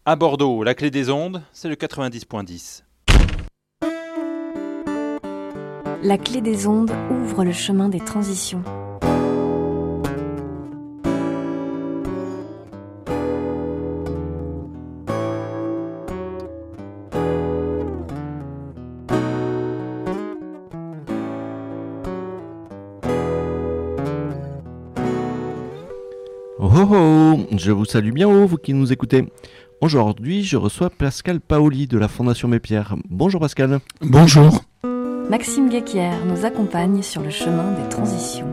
À Bordeaux, la clé des ondes, c'est le 90.10. La clé des ondes ouvre le chemin des transitions. Oh oh oh, je vous salue bien haut, vous qui nous écoutez. Aujourd'hui, je reçois Pascal Paoli de la Fondation Abbé Pierre. Bonjour Pascal. Bonjour. Maxime Guéquière nous accompagne sur le chemin des transitions.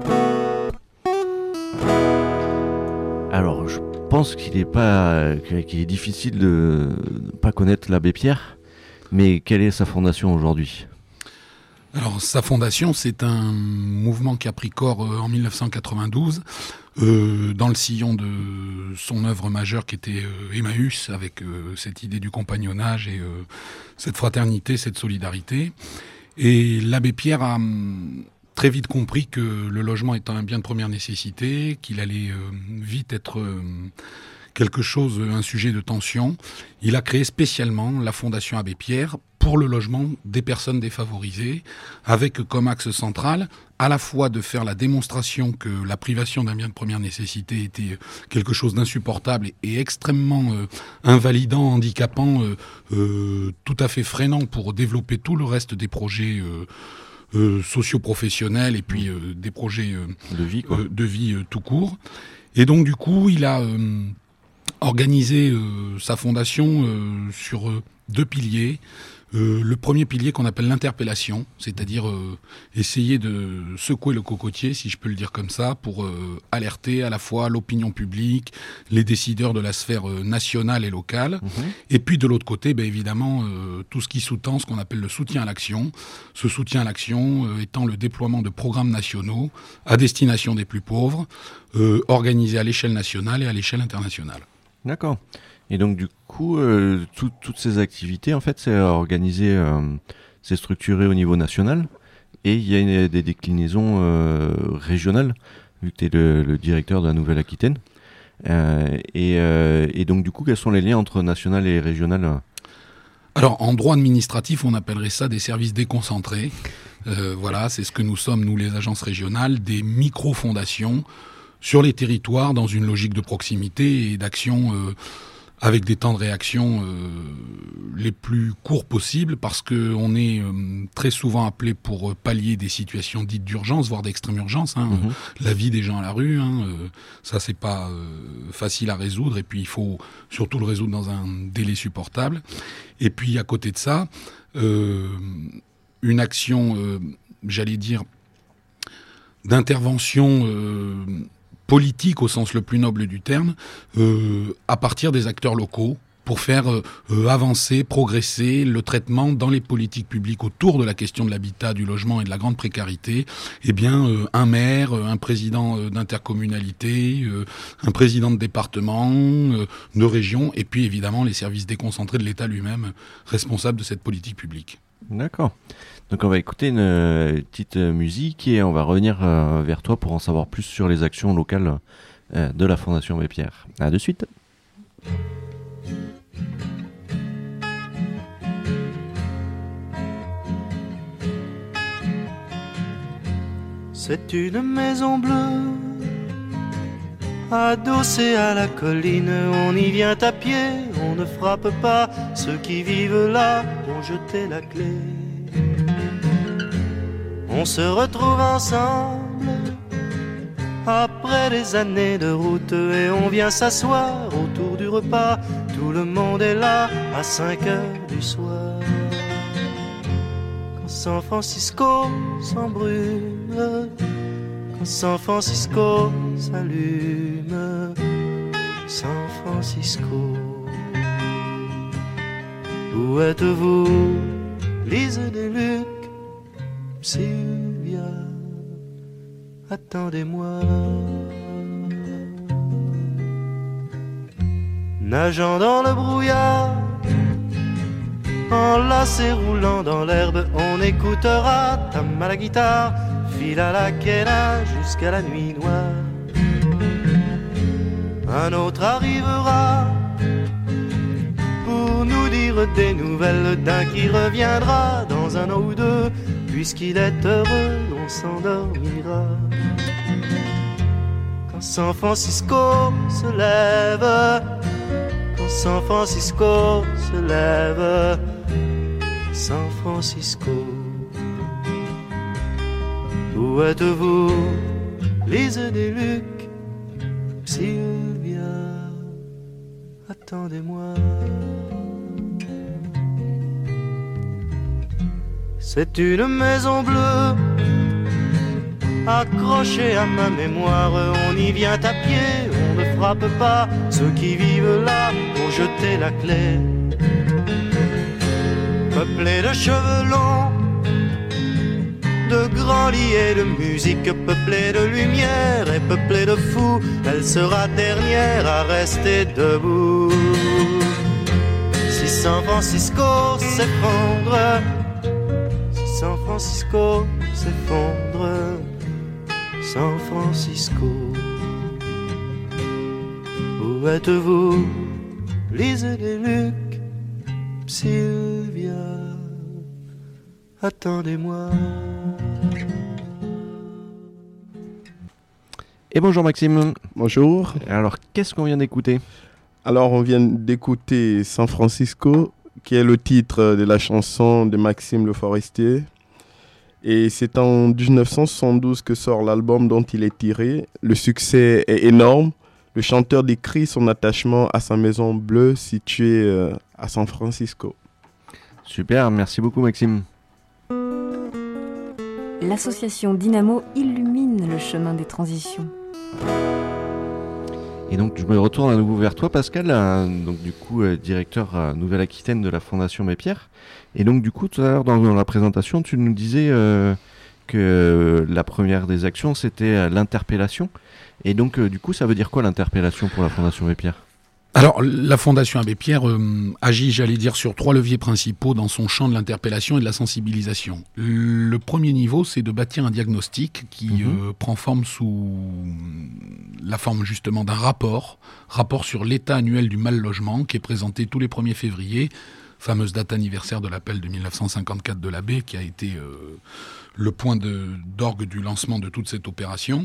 Alors, je pense qu'il est difficile de ne pas connaître l'Abbé Pierre, mais quelle est sa fondation aujourd'hui ? Alors, sa fondation, c'est un mouvement qui a pris corps en 1992 dans le sillon de son œuvre majeure qui était Emmaüs, avec cette idée du compagnonnage et cette fraternité, cette solidarité. Et l'abbé Pierre a très vite compris que le logement étant un bien de première nécessité, qu'il allait vite être quelque chose, un sujet de tension, il a créé spécialement la Fondation Abbé Pierre pour le logement des personnes défavorisées, avec comme axe central à la fois de faire la démonstration que la privation d'un bien de première nécessité était quelque chose d'insupportable et extrêmement invalidant, handicapant, tout à fait freinant pour développer tout le reste des projets socio-professionnels et puis des projets de vie tout court. Et donc du coup, il a organisé sa fondation sur deux piliers. Le premier pilier qu'on appelle l'interpellation, c'est-à-dire essayer de secouer le cocotier, si je peux le dire comme ça, pour alerter à la fois l'opinion publique, les décideurs de la sphère nationale et locale, et puis de l'autre côté, évidemment, tout ce qui sous-tend ce qu'on appelle le soutien à l'action. Ce soutien à l'action étant le déploiement de programmes nationaux à destination des plus pauvres, organisés à l'échelle nationale et à l'échelle internationale. D'accord. Et donc du coup, toutes ces activités, en fait, c'est organisé, c'est structuré au niveau national, et il y a des déclinaisons régionales, vu que tu es le directeur de la Nouvelle-Aquitaine. Et donc du coup, quels sont les liens entre national et régional ? Alors, en droit administratif, on appellerait ça des services déconcentrés. Voilà, c'est ce que nous sommes, nous les agences régionales, des micro-fondations sur les territoires dans une logique de proximité et d'action avec des temps de réaction les plus courts possibles, parce qu'on est très souvent appelé pour pallier des situations dites d'urgence, voire d'extrême urgence. La vie des gens à la rue, ça c'est pas facile à résoudre, et puis il faut surtout le résoudre dans un délai supportable. Et puis à côté de ça, une action, j'allais dire, d'intervention politique au sens le plus noble du terme, à partir des acteurs locaux, pour faire avancer, progresser le traitement dans les politiques publiques autour de la question de l'habitat, du logement et de la grande précarité. Eh bien, un maire, un président d'intercommunalité, un président de département, de région, et puis évidemment les services déconcentrés de l'État lui-même, responsables de cette politique publique. D'accord. Donc on va écouter une petite musique et on va revenir vers toi pour en savoir plus sur les actions locales de la Fondation Abbé Pierre. À de suite. C'est une maison bleue, adossée à la colline. On y vient à pied, on ne frappe pas. Ceux qui vivent là ont jeté la clé. On se retrouve ensemble après des années de route et on vient s'asseoir autour du repas. Tout le monde est là à 5 heures du soir. Quand San Francisco s'embrume, quand San Francisco s'allume, San Francisco. Où êtes-vous, Lise Deluc, Sylvia, attendez-moi. Nageant dans le brouillard, enlacé roulant dans l'herbe, on écoutera Tam à la guitare, file à la quena jusqu'à la nuit noire. Un autre arrivera des nouvelles d'un qui reviendra dans un an ou deux. Puisqu'il est heureux, on s'endormira. Quand San Francisco se lève, quand San Francisco se lève, San Francisco. Où êtes-vous, Lise des Lucs, Sylvia, attendez-moi. C'est une maison bleue, accrochée à ma mémoire. On y vient à pied, on ne frappe pas. Ceux qui vivent là ont jeté la clé. Peuplée de cheveux longs, de grands lits et de musique, peuplée de lumière et peuplée de fous, elle sera dernière à rester debout. Si San Francisco s'effondre, si San Francisco s'effondre, San Francisco, où êtes-vous, Lise des Lucs, Sylvia, attendez-moi. Et bonjour Maxime. Bonjour. Alors, qu'est-ce qu'on vient d'écouter ? Alors, on vient d'écouter San Francisco, qui est le titre de la chanson de Maxime Le Forestier. Et c'est en 1972 que sort l'album dont il est tiré. Le succès est énorme. Le chanteur décrit son attachement à sa maison bleue située à San Francisco. Super, merci beaucoup Maxime. L'association Dynamo illumine le chemin des transitions. Et donc je me retourne à nouveau vers toi Pascal, donc du coup directeur Nouvelle-Aquitaine de la Fondation Abbé Pierre. Et donc du coup tout à l'heure dans la présentation tu nous disais que la première des actions c'était l'interpellation. Et donc du coup ça veut dire quoi l'interpellation pour la Fondation Abbé Pierre ? Alors, la Fondation Abbé Pierre agit, j'allais dire, sur 3 leviers principaux dans son champ de l'interpellation et de la sensibilisation. Le premier niveau, c'est de bâtir un diagnostic qui prend forme sous la forme justement d'un rapport sur l'état annuel du mal-logement qui est présenté tous les 1er février, fameuse date anniversaire de l'appel de 1954 de l'abbé qui a été le point d'orgue du lancement de toute cette opération.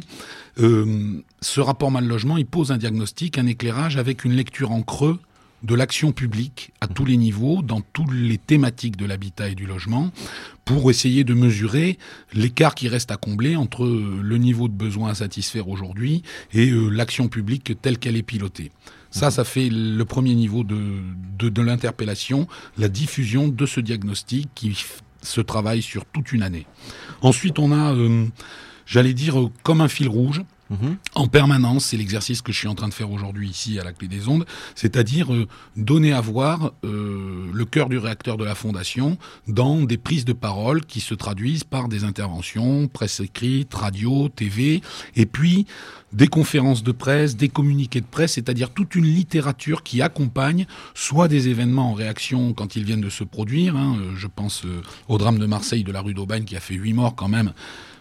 Ce rapport mal-logement, il pose un diagnostic, un éclairage avec une lecture en creux de l'action publique à tous les niveaux, dans toutes les thématiques de l'habitat et du logement, pour essayer de mesurer l'écart qui reste à combler entre le niveau de besoin à satisfaire aujourd'hui et l'action publique telle qu'elle est pilotée. Ça fait le premier niveau de l'interpellation, la diffusion de ce diagnostic qui se travaille sur toute une année. Ensuite, on a, j'allais dire, comme un fil rouge, en permanence, c'est l'exercice que je suis en train de faire aujourd'hui ici à la Clé des Ondes, c'est-à-dire donner à voir le cœur du réacteur de la Fondation dans des prises de parole qui se traduisent par des interventions, presse écrite, radio, TV, et puis des conférences de presse, des communiqués de presse, c'est-à-dire toute une littérature qui accompagne soit des événements en réaction quand ils viennent de se produire, je pense au drame de Marseille de la rue d'Aubagne qui a fait 8 morts quand même,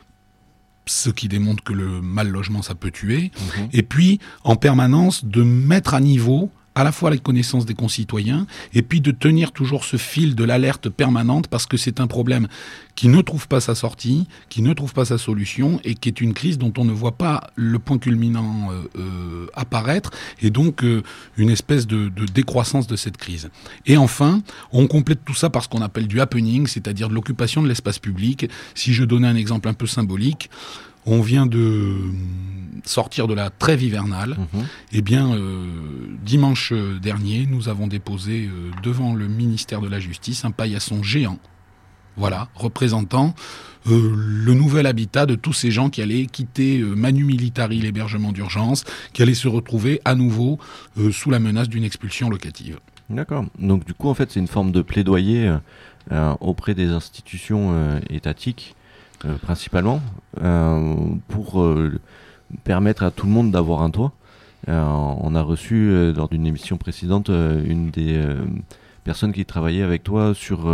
ce qui démontre que le mal-logement, ça peut tuer. Et puis, en permanence, de mettre à niveau à la fois la connaissance des concitoyens et puis de tenir toujours ce fil de l'alerte permanente parce que c'est un problème qui ne trouve pas sa sortie, qui ne trouve pas sa solution et qui est une crise dont on ne voit pas le point culminant apparaître et donc une espèce de décroissance de cette crise. Et enfin, on complète tout ça par ce qu'on appelle du happening, c'est-à-dire de l'occupation de l'espace public. Si je donnais un exemple un peu symbolique, on vient de sortir de la trêve hivernale. Eh bien, dimanche dernier, nous avons déposé devant le ministère de la Justice un paillasson géant, voilà, représentant le nouvel habitat de tous ces gens qui allaient quitter Manu Militari, l'hébergement d'urgence, qui allaient se retrouver à nouveau sous la menace d'une expulsion locative. D'accord. Donc du coup, en fait, c'est une forme de plaidoyer auprès des institutions étatiques, principalement, pour permettre à tout le monde d'avoir un toit. On a reçu, lors d'une émission précédente, une des personnes qui travaillait avec toi sur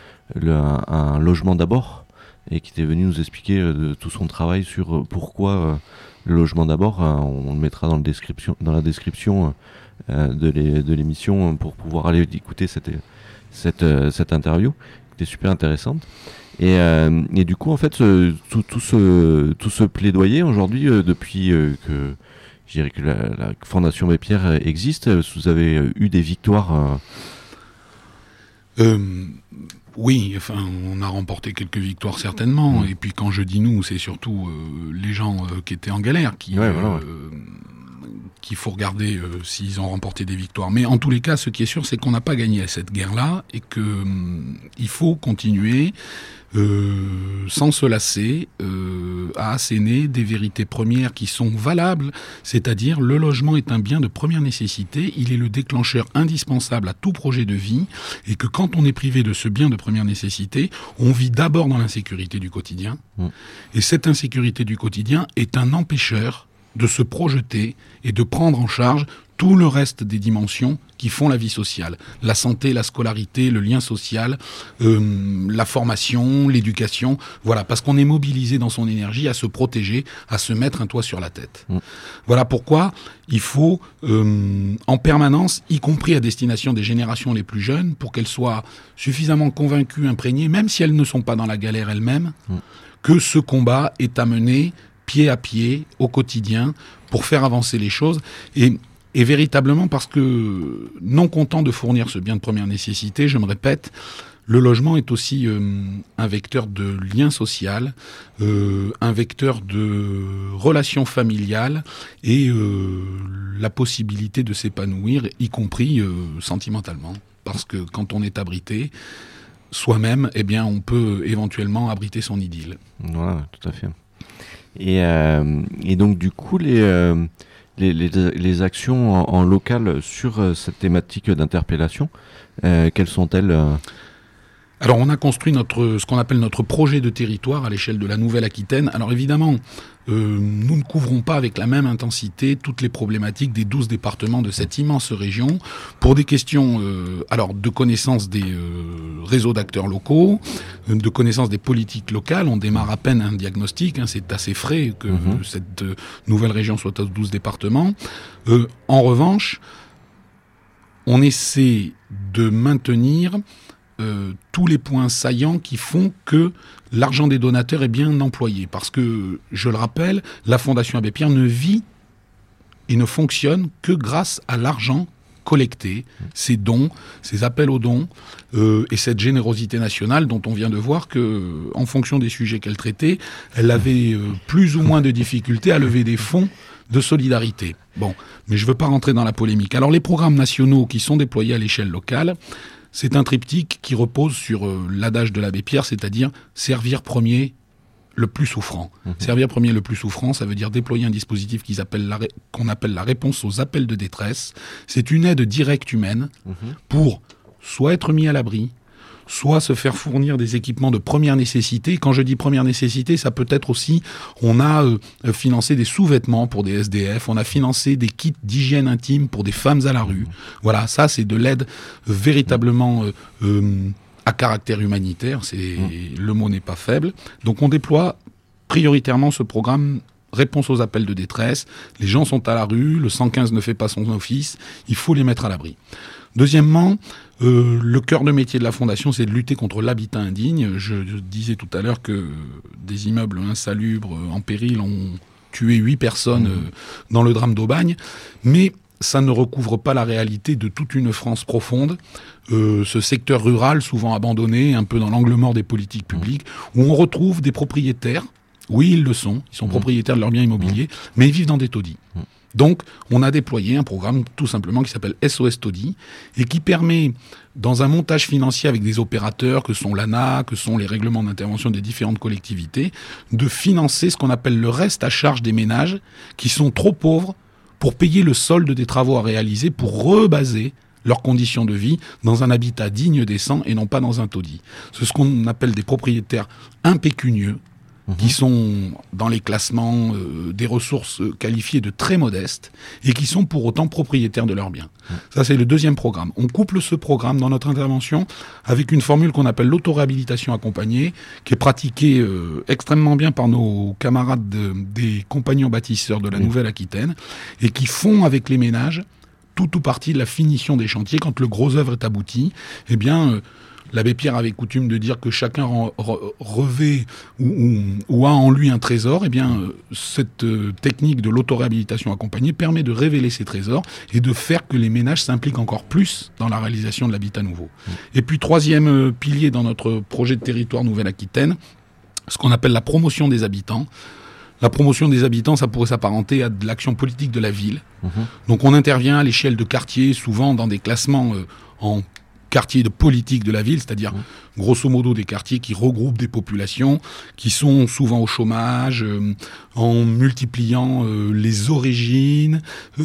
un logement d'abord, et qui était venue nous expliquer de tout son travail sur pourquoi le logement d'abord. On le mettra dans la description de l'émission pour pouvoir aller écouter cette interview, qui était super intéressante. Et du coup, en fait, tout ce plaidoyer aujourd'hui, depuis que je dirais que la Fondation Abbé Pierre existe, vous avez eu des victoires Oui, enfin, on a remporté quelques victoires certainement. Et puis quand je dis nous, c'est surtout les gens qui étaient en galère, qu'il faut regarder s'ils ont remporté des victoires. Mais en tous les cas, ce qui est sûr, c'est qu'on n'a pas gagné à cette guerre-là et que il faut continuer sans se lasser à asséner des vérités premières qui sont valables, c'est-à-dire le logement est un bien de première nécessité, il est le déclencheur indispensable à tout projet de vie, et que quand on est privé de ce bien de première nécessité, on vit d'abord dans l'insécurité du quotidien, et cette insécurité du quotidien est un empêcheur de se projeter et de prendre en charge tout le reste des dimensions qui font la vie sociale. La santé, la scolarité, le lien social, la formation, l'éducation. Voilà, parce qu'on est mobilisé dans son énergie à se protéger, à se mettre un toit sur la tête. Voilà pourquoi il faut, en permanence, y compris à destination des générations les plus jeunes, pour qu'elles soient suffisamment convaincues, imprégnées, même si elles ne sont pas dans la galère elles-mêmes, que ce combat est à mener pied à pied, au quotidien, pour faire avancer les choses. Et véritablement parce que, non content de fournir ce bien de première nécessité, je me répète, le logement est aussi un vecteur de lien social, un vecteur de relations familiales et la possibilité de s'épanouir, y compris sentimentalement. Parce que quand on est abrité, soi-même, eh bien, on peut éventuellement abriter son idylle. Voilà, tout à fait. Et donc, du coup, les actions en local sur cette thématique d'interpellation, quelles sont-elles Alors, on a construit ce qu'on appelle notre projet de territoire à l'échelle de la Nouvelle-Aquitaine. Alors, évidemment, nous ne couvrons pas avec la même intensité toutes les problématiques des 12 départements de cette immense région pour des questions de connaissance des réseaux d'acteurs locaux, de connaissance des politiques locales. On démarre à peine un diagnostic, c'est assez frais que cette nouvelle région soit aux 12 départements. En revanche, on essaie de maintenir tous les points saillants qui font que l'argent des donateurs est bien employé. Parce que, je le rappelle, la Fondation Abbé Pierre ne vit et ne fonctionne que grâce à l'argent collecté, ces dons, ces appels aux dons, et cette générosité nationale dont on vient de voir que, en fonction des sujets qu'elle traitait, elle avait plus ou moins de difficultés à lever des fonds de solidarité. Bon, mais je ne veux pas rentrer dans la polémique. Alors, les programmes nationaux qui sont déployés à l'échelle locale, c'est un triptyque qui repose sur l'adage de l'abbé Pierre, c'est-à-dire servir premier le plus souffrant. Servir premier le plus souffrant, ça veut dire déployer un dispositif qu'on appelle la réponse aux appels de détresse. C'est une aide directe humaine pour soit être mis à l'abri, soit se faire fournir des équipements de première nécessité. Quand je dis première nécessité, ça peut être aussi, on a financé des sous-vêtements pour des SDF, on a financé des kits d'hygiène intime pour des femmes à la rue. Voilà, ça c'est de l'aide véritablement à caractère humanitaire, le mot n'est pas faible. Donc on déploie prioritairement ce programme réponse aux appels de détresse. Les gens sont à la rue, le 115 ne fait pas son office, il faut les mettre à l'abri. Deuxièmement, le cœur de métier de la Fondation, c'est de lutter contre l'habitat indigne. Je disais tout à l'heure que des immeubles insalubres, en péril, ont tué 8 personnes dans le drame d'Aubagne. Mais ça ne recouvre pas la réalité de toute une France profonde. Ce secteur rural, souvent abandonné, un peu dans l'angle mort des politiques publiques, où on retrouve des propriétaires. Oui, ils le sont. Ils sont propriétaires de leurs biens immobiliers, mais ils vivent dans des taudis. Donc, on a déployé un programme tout simplement qui s'appelle SOS Taudis et qui permet, dans un montage financier avec des opérateurs que sont l'ANA, que sont les règlements d'intervention des différentes collectivités, de financer ce qu'on appelle le reste à charge des ménages qui sont trop pauvres pour payer le solde des travaux à réaliser pour rebaser leurs conditions de vie dans un habitat digne, décent et non pas dans un taudis. C'est ce qu'on appelle des propriétaires impécunieux, qui sont dans les classements des ressources qualifiées de très modestes et qui sont pour autant propriétaires de leurs biens. Ça, c'est le deuxième programme. On couple ce programme dans notre intervention avec une formule qu'on appelle l'autoréhabilitation accompagnée, qui est pratiquée extrêmement bien par nos camarades des compagnons bâtisseurs de la Nouvelle-Aquitaine et qui font avec les ménages tout ou partie de la finition des chantiers. Quand le gros œuvre est abouti, eh bien, l'abbé Pierre avait coutume de dire que chacun revêt ou a en lui un trésor. Eh bien, cette technique de l'autoréhabilitation accompagnée permet de révéler ces trésors et de faire que les ménages s'impliquent encore plus dans la réalisation de l'habitat nouveau. Et puis, troisième pilier dans notre projet de territoire Nouvelle-Aquitaine, ce qu'on appelle la promotion des habitants. La promotion des habitants, ça pourrait s'apparenter à de l'action politique de la ville. Donc on intervient à l'échelle de quartiers, souvent dans des classements en quartiers de politique de la ville, c'est-à-dire grosso modo des quartiers qui regroupent des populations qui sont souvent au chômage, en multipliant les origines,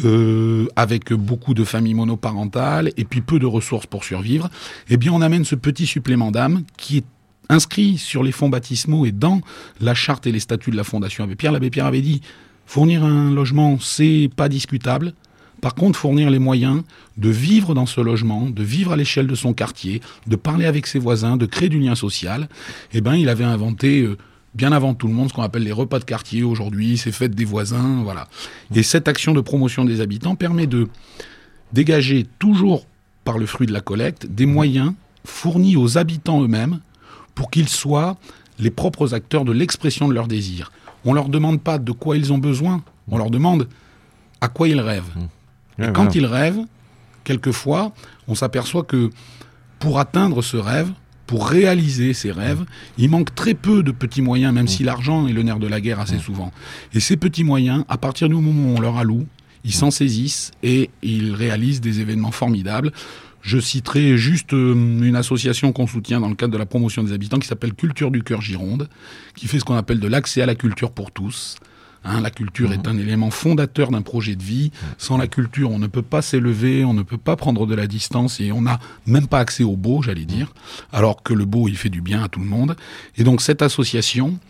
avec beaucoup de familles monoparentales et puis peu de ressources pour survivre. Eh bien on amène ce petit supplément d'âme qui est inscrit sur les fonds baptismaux et dans la charte et les statuts de la Fondation Abbé Pierre. L'abbé Pierre avait dit, fournir un logement, c'est pas discutable. Par contre, fournir les moyens de vivre dans ce logement, de vivre à l'échelle de son quartier, de parler avec ses voisins, de créer du lien social, eh ben, il avait inventé, bien avant tout le monde, ce qu'on appelle les repas de quartier aujourd'hui, ces fêtes des voisins, voilà. Et cette action de promotion des habitants permet de dégager, toujours par le fruit de la collecte, des moyens fournis aux habitants eux-mêmes pour qu'ils soient les propres acteurs de l'expression de leurs désirs. On ne leur demande pas de quoi ils ont besoin, on leur demande à quoi ils rêvent. Et quand ils rêvent, quelquefois, on s'aperçoit que pour atteindre ce rêve, pour réaliser ces rêves, il manque très peu de petits moyens, même si l'argent est le nerf de la guerre assez souvent. Et ces petits moyens, à partir du moment où on leur alloue, ils s'en saisissent et ils réalisent des événements formidables. Je citerai juste une association qu'on soutient dans le cadre de la promotion des habitants qui s'appelle Culture du Cœur Gironde, qui fait ce qu'on appelle de l'accès à la culture pour tous. La culture est un élément fondateur d'un projet de vie. Sans la culture, on ne peut pas s'élever, on ne peut pas prendre de la distance et on n'a même pas accès au beau, j'allais dire, alors que le beau, il fait du bien à tout le monde. Et donc cette association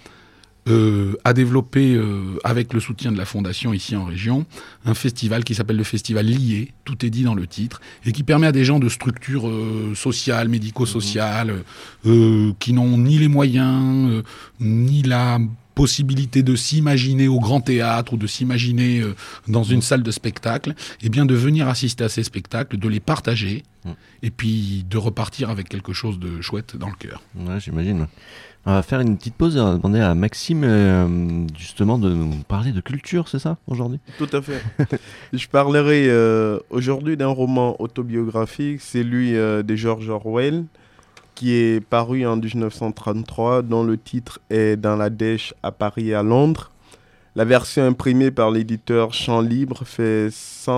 a développé, avec le soutien de la Fondation ici en région, un festival qui s'appelle le Festival Lié, tout est dit dans le titre, et qui permet à des gens de structures sociales, médico-sociales, qui n'ont ni les moyens, ni la possibilité de s'imaginer au grand théâtre ou de s'imaginer dans une salle de spectacle, eh bien de venir assister à ces spectacles, de les partager et puis de repartir avec quelque chose de chouette dans le cœur. Ouais, j'imagine. On va faire une petite pause et on va demander à Maxime justement de nous parler de culture, c'est ça, aujourd'hui ? Tout à fait. Je parlerai aujourd'hui d'un roman autobiographique, c'est celui de George Orwell, qui est paru en 1933, dont le titre est Dans la Dèche à Paris et à Londres. La version imprimée par l'éditeur Champ Libre fait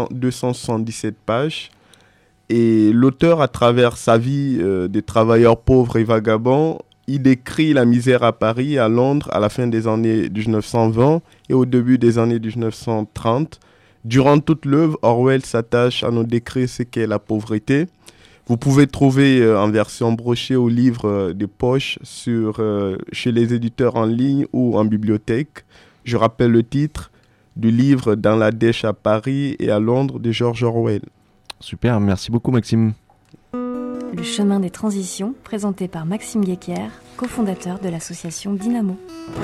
277 pages. Et l'auteur, à travers sa vie de travailleur pauvre et vagabond, il décrit la misère à Paris et à Londres à la fin des années 1920 et au début des années 1930. Durant toute l'œuvre, Orwell s'attache à nous décrire ce qu'est la pauvreté. Vous pouvez trouver en version brochée au livre de poche chez les éditeurs en ligne ou en bibliothèque. Je rappelle le titre du livre Dans la Dèche à Paris et à Londres de George Orwell. Super, merci beaucoup Maxime. Le chemin des transitions, présenté par Maxime Guéquier, cofondateur de l'association Dynamo.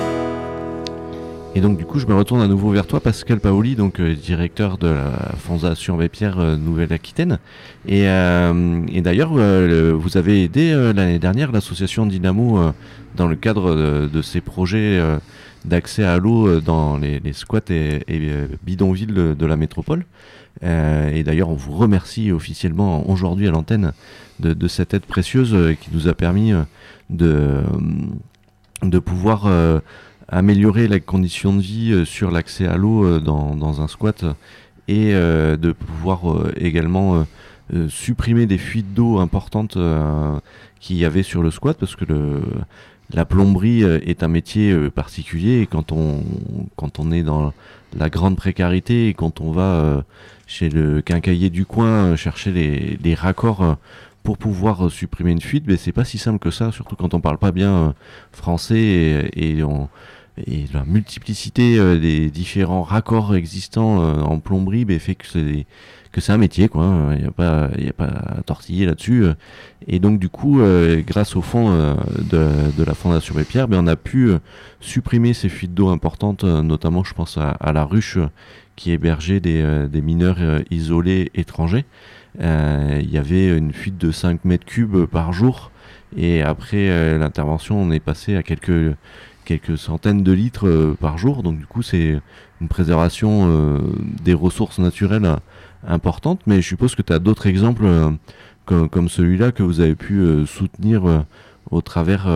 Et donc du coup je me retourne à nouveau vers toi Pascal Paoli, donc directeur de la Fondation Abbé Pierre Nouvelle-Aquitaine. Et d'ailleurs vous avez aidé l'année dernière l'association Dynamo dans le cadre de ces projets d'accès à l'eau dans les squats et bidonvilles de la métropole. Et d'ailleurs on vous remercie officiellement aujourd'hui à l'antenne de cette aide précieuse qui nous a permis de pouvoir améliorer les conditions de vie sur l'accès à l'eau dans un squat et de pouvoir également supprimer des fuites d'eau importantes qu'il y avait sur le squat, parce que la plomberie est un métier particulier, et quand on est dans la grande précarité et quand on va chez le quincaillier du coin chercher les raccords pour pouvoir supprimer une fuite, c'est pas si simple que ça, surtout quand on parle pas bien français et la multiplicité des différents raccords existants en plomberie fait que c'est un métier, quoi. Il y a pas à tortiller là-dessus. Et donc du coup, grâce au fonds de la Fondation Abbé Pierre, on a pu supprimer ces fuites d'eau importantes, notamment je pense à la ruche qui hébergeait des mineurs isolés étrangers. Il y avait une fuite de 5 mètres cubes par jour, et après l'intervention, on est passé à quelques centaines de litres par jour. Donc du coup, c'est une préservation des ressources naturelles importante. Mais je suppose que tu as d'autres exemples comme celui-là que vous avez pu soutenir au travers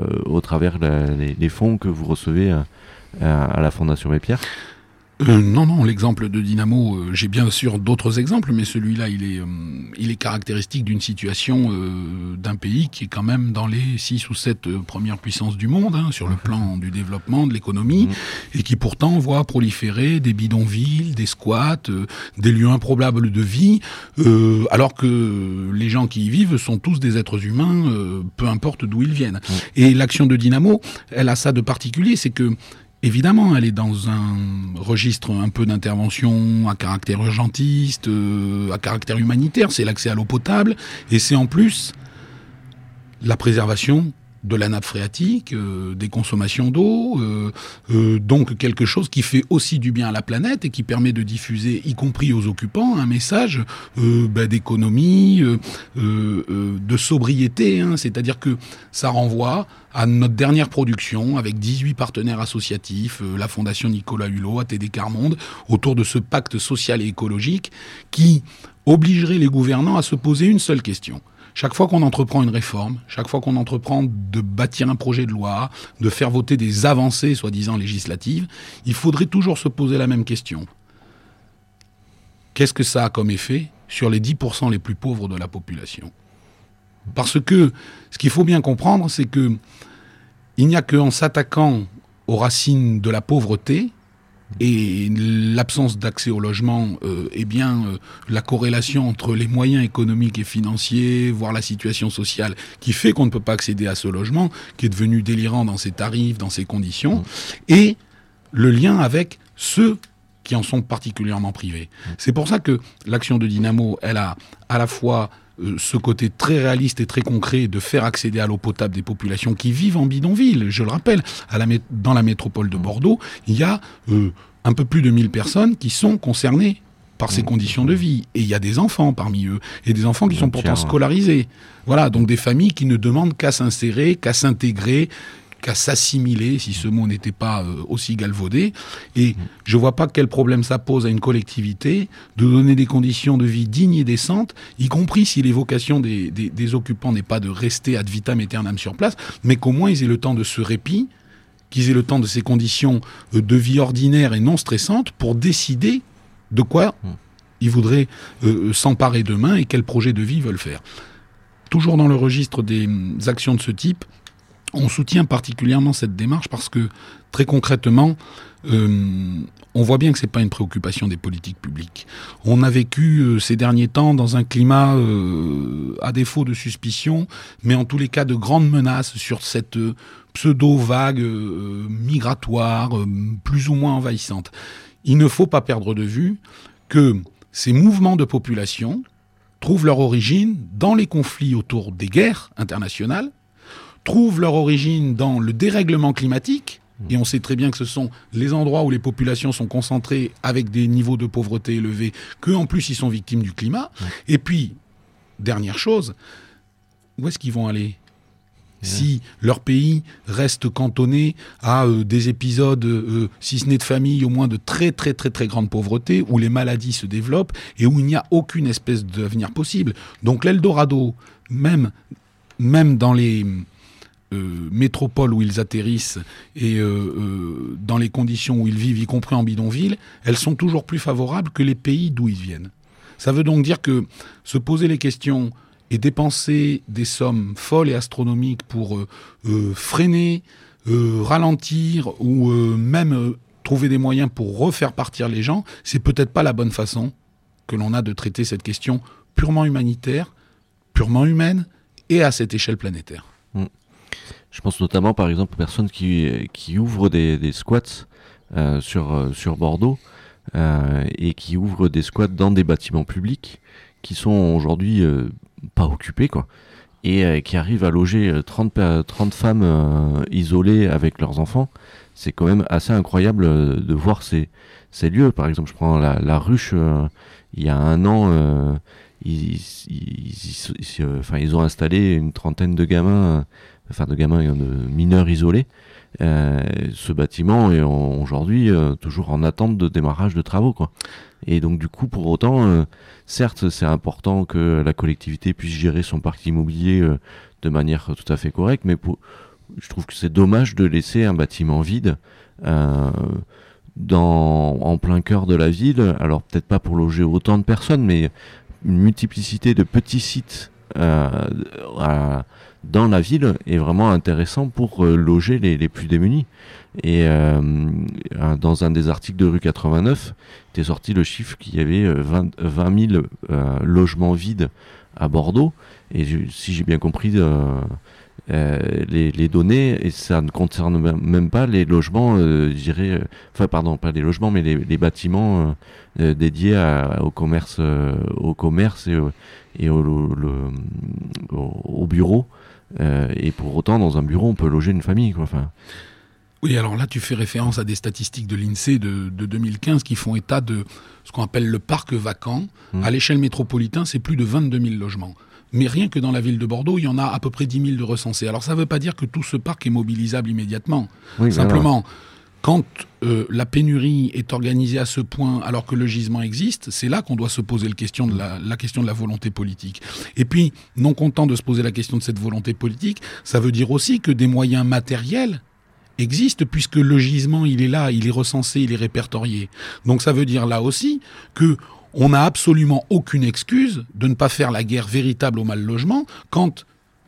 les fonds que vous recevez à la Fondation Abbé Pierre. Non, l'exemple de Dynamo, j'ai bien sûr d'autres exemples, mais celui-là, il est caractéristique d'une situation d'un pays qui est quand même dans les 6 ou 7 premières puissances du monde, sur le plan du développement, de l'économie, et qui pourtant voit proliférer des bidonvilles, des squats, des lieux improbables de vie, alors que les gens qui y vivent sont tous des êtres humains, peu importe d'où ils viennent. Et l'action de Dynamo, elle a ça de particulier, c'est que évidemment, elle est dans un registre un peu d'intervention à caractère urgentiste, à caractère humanitaire. C'est l'accès à l'eau potable et c'est en plus la préservation de la nappe phréatique, des consommations d'eau, donc quelque chose qui fait aussi du bien à la planète et qui permet de diffuser, y compris aux occupants, un message d'économie, de sobriété, c'est-à-dire que ça renvoie à notre dernière production avec 18 partenaires associatifs, la Fondation Nicolas Hulot, ATD Quart Monde, autour de ce pacte social et écologique qui obligerait les gouvernants à se poser une seule question. Chaque fois qu'on entreprend une réforme, chaque fois qu'on entreprend de bâtir un projet de loi, de faire voter des avancées soi-disant législatives, il faudrait toujours se poser la même question. Qu'est-ce que ça a comme effet sur les 10% les plus pauvres de la population ? Parce que ce qu'il faut bien comprendre, c'est que il n'y a qu'en s'attaquant aux racines de la pauvreté et l'absence d'accès au logement, la corrélation entre les moyens économiques et financiers, voire la situation sociale, qui fait qu'on ne peut pas accéder à ce logement, qui est devenu délirant dans ses tarifs, dans ses conditions, et le lien avec ceux qui en sont particulièrement privés. C'est pour ça que l'action de Dynamo, elle a à la fois ce côté très réaliste et très concret de faire accéder à l'eau potable des populations qui vivent en bidonville. Je le rappelle, dans la métropole de Bordeaux, il y a un peu plus de 1000 personnes qui sont concernées par ces conditions de vie. Et il y a des enfants parmi eux, et des enfants qui sont pourtant scolarisés. Voilà, donc des familles qui ne demandent qu'à s'insérer, qu'à s'intégrer, qu'à s'assimiler, si ce mot n'était pas aussi galvaudé. Et je vois pas quel problème ça pose à une collectivité de donner des conditions de vie dignes et décentes, y compris si l'évocation des occupants n'est pas de rester ad vitam aeternam sur place, mais qu'au moins ils aient le temps de ce répit, qu'ils aient le temps de ces conditions de vie ordinaires et non stressantes pour décider de quoi ils voudraient s'emparer demain et quel projet de vie ils veulent faire. Toujours dans le registre des actions de ce type, on soutient particulièrement cette démarche parce que, très concrètement, on voit bien que c'est pas une préoccupation des politiques publiques. On a vécu ces derniers temps dans un climat, à défaut de suspicion, mais en tous les cas de grandes menaces sur cette pseudo-vague migratoire, plus ou moins envahissante. Il ne faut pas perdre de vue que ces mouvements de population trouvent leur origine dans les conflits autour des guerres internationales, trouvent leur origine dans le dérèglement climatique, et on sait très bien que ce sont les endroits où les populations sont concentrées avec des niveaux de pauvreté élevés, qu'en plus ils sont victimes du climat. Et puis, dernière chose, où est-ce qu'ils vont aller ? Si leur pays reste cantonné à des épisodes, si ce n'est de famille, au moins de très très très très grande pauvreté, où les maladies se développent et où il n'y a aucune espèce d'avenir possible. Donc l'Eldorado, même dans les métropoles où ils atterrissent et dans les conditions où ils vivent, y compris en bidonville, elles sont toujours plus favorables que les pays d'où ils viennent. Ça veut donc dire que se poser les questions et dépenser des sommes folles et astronomiques pour freiner, ralentir ou même trouver des moyens pour refaire partir les gens, c'est peut-être pas la bonne façon que l'on a de traiter cette question purement humanitaire, purement humaine et à cette échelle planétaire. Je pense notamment par exemple aux personnes qui ouvrent des squats sur Bordeaux et qui ouvrent des squats dans des bâtiments publics qui sont aujourd'hui pas occupés, quoi. et qui arrivent à loger 30 femmes isolées avec leurs enfants. C'est quand même assez incroyable de voir ces lieux. Par exemple, je prends la Ruche, il y a 1 an, ils ont installé une trentaine de gamins, de mineurs isolés. Ce bâtiment est aujourd'hui toujours en attente de démarrage de travaux, quoi. Et donc du coup, pour autant, certes, c'est important que la collectivité puisse gérer son parc immobilier de manière tout à fait correcte, mais je trouve que c'est dommage de laisser un bâtiment vide en plein cœur de la ville. Alors peut-être pas pour loger autant de personnes, mais une multiplicité de petits sites dans la ville est vraiment intéressant pour loger les plus démunis. Et dans un des articles de Rue 89, était sorti le chiffre qu'il y avait 20 000 logements vides à Bordeaux. Et si j'ai bien compris les données, et ça ne concerne même pas les logements, pas les logements, mais les bâtiments dédiés au commerce et au bureau. Et pour autant, dans un bureau, on peut loger une famille, quoi. Enfin. Oui, alors là, tu fais référence à des statistiques de l'INSEE de 2015 qui font état de ce qu'on appelle le parc vacant. À l'échelle métropolitaine, c'est plus de 22 000 logements. Mais rien que dans la ville de Bordeaux, il y en a à peu près 10 000 de recensés. Alors ça ne veut pas dire que tout ce parc est mobilisable immédiatement. Oui, simplement, quand la pénurie est organisée à ce point alors que le gisement existe, c'est là qu'on doit se poser la question de la volonté politique. Et puis, non content de se poser la question de cette volonté politique, ça veut dire aussi que des moyens matériels existe puisque le gisement, il est là, il est recensé, il est répertorié. Donc ça veut dire là aussi que on n'a absolument aucune excuse de ne pas faire la guerre véritable au mal logement quand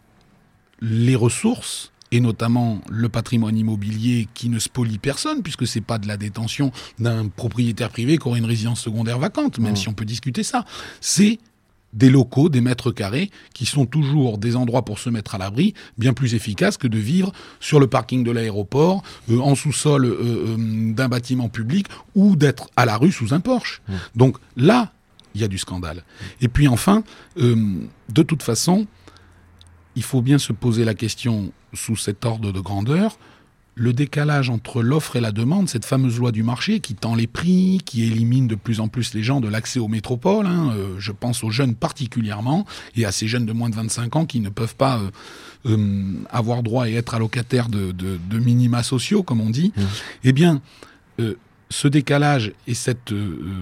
les ressources, et notamment le patrimoine immobilier qui ne spolie personne, puisque c'est pas de la détention d'un propriétaire privé qui aurait une résidence secondaire vacante, même si on peut discuter ça, c'est des locaux, des mètres carrés, qui sont toujours des endroits pour se mettre à l'abri, bien plus efficaces que de vivre sur le parking de l'aéroport, en sous-sol d'un bâtiment public, ou d'être à la rue sous un Porsche. Donc là, il y a du scandale. Et puis enfin, de toute façon, il faut bien se poser la question sous cet ordre de grandeur, le décalage entre l'offre et la demande, cette fameuse loi du marché qui tend les prix, qui élimine de plus en plus les gens de l'accès aux métropoles, je pense aux jeunes particulièrement, et à ces jeunes de moins de 25 ans qui ne peuvent pas avoir droit et être allocataires de minima sociaux, comme on dit, eh bien, ce décalage et cette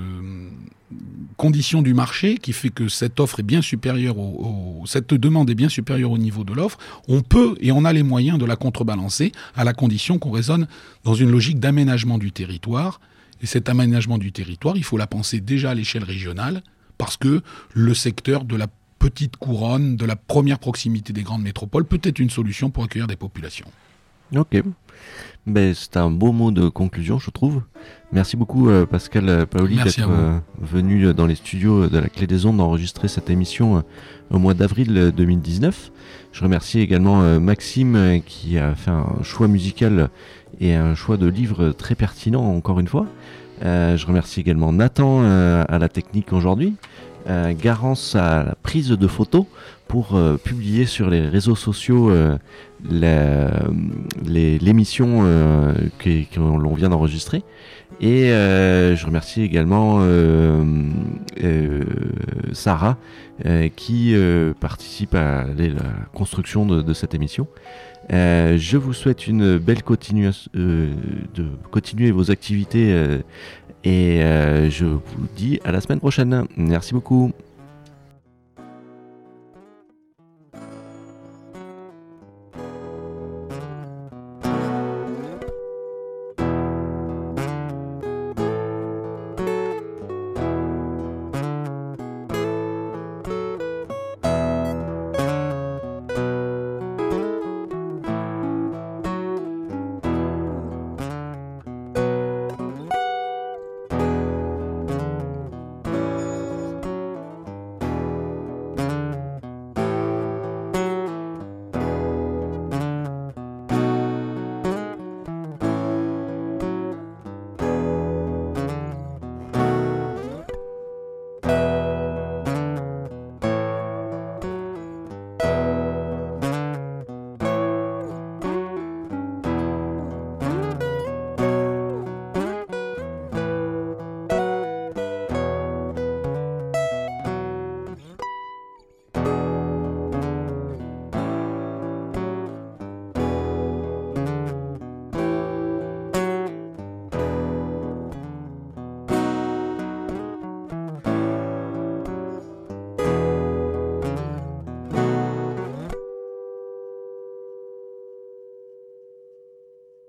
condition du marché qui fait que cette offre est bien supérieure cette demande est bien supérieure au niveau de l'offre, on peut et on a les moyens de la contrebalancer à la condition qu'on raisonne dans une logique d'aménagement du territoire. Et cet aménagement du territoire, il faut la penser déjà à l'échelle régionale parce que le secteur de la petite couronne, de la première proximité des grandes métropoles peut être une solution pour accueillir des populations. Ok. C'est un beau mot de conclusion, je trouve. Merci beaucoup Pascal Paoli d'être venu dans les studios de la Clé des Ondes enregistrer cette émission au mois d'avril 2019. Je remercie également Maxime qui a fait un choix musical et un choix de livre très pertinent encore une fois. Je remercie également Nathan à la technique aujourd'hui, Garance à la prise de photos pour publier sur les réseaux sociaux l'émission que l'on vient d'enregistrer. Et je remercie également Sarah qui participe à la construction de cette émission. Je vous souhaite une belle de continuer vos activités et je vous dis à la semaine prochaine. Merci beaucoup.